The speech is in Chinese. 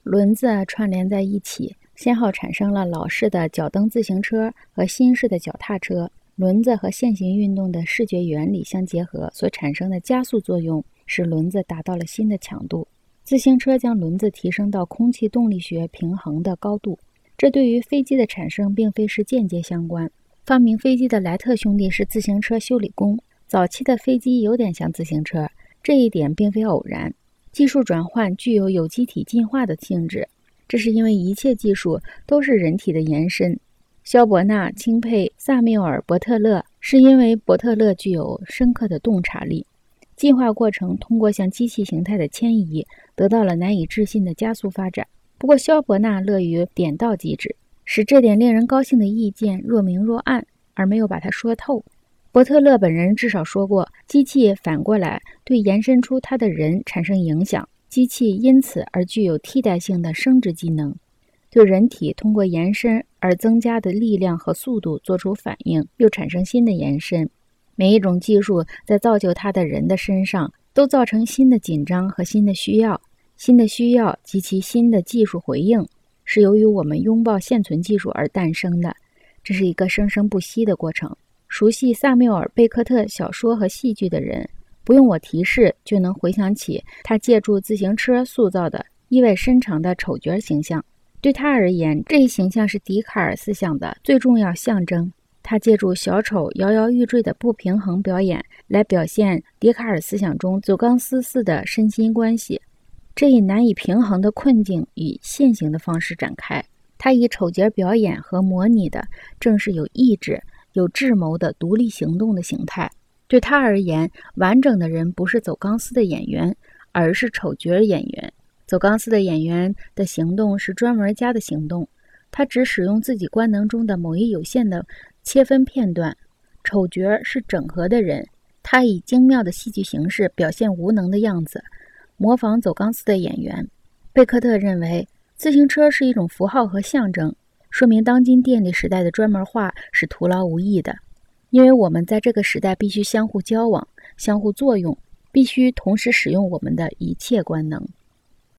轮子串联在一起，先后产生了老式的脚蹬自行车和新式的脚踏车。轮子和线性运动的视觉原理相结合所产生的加速作用，使轮子达到了新的强度。自行车将轮子提升到空气动力学平衡的高度，这对于飞机的产生并非是间接相关。发明飞机的莱特兄弟是自行车修理工，早期的飞机有点像自行车，这一点并非偶然。技术转换具有有机体进化的性质，这是因为一切技术都是人体的延伸。萧伯纳钦佩萨缪尔·伯特勒，是因为伯特勒具有深刻的洞察力。进化过程通过向机器形态的迁移，得到了难以置信的加速发展。不过萧伯纳乐于点到即止，使这点令人高兴的意见若明若暗，而没有把它说透。伯特勒本人至少说过，机器反过来对延伸出它的人产生影响，机器因此而具有替代性的生殖机能，对人体通过延伸而增加的力量和速度做出反应，又产生新的延伸。每一种技术在造就它的人的身上，都造成新的紧张和新的需要。新的需要及其新的技术回应，是由于我们拥抱现存技术而诞生的。这是一个生生不息的过程。熟悉萨缪尔·贝克特小说和戏剧的人，不用我提示就能回想起他借助自行车塑造的意味深长的丑角形象。对他而言，这一形象是笛卡尔思想的最重要象征。他借助小丑摇摇欲坠的不平衡表演来表现笛卡尔思想中走钢丝似的身心关系。这一难以平衡的困境以现行的方式展开。他以丑角表演和模拟的正是有意志、有智谋的独立行动的形态。对他而言，完整的人不是走钢丝的演员，而是丑角演员。走钢丝的演员的行动是专门家的行动，他只使用自己官能中的某一有限的切分片段。丑角是整合的人，他以精妙的戏剧形式表现无能的样子，模仿走钢丝的演员。贝克特认为，自行车是一种符号和象征，说明当今电力时代的专门化是徒劳无益的，因为我们在这个时代必须相互交往、相互作用，必须同时使用我们的一切官能。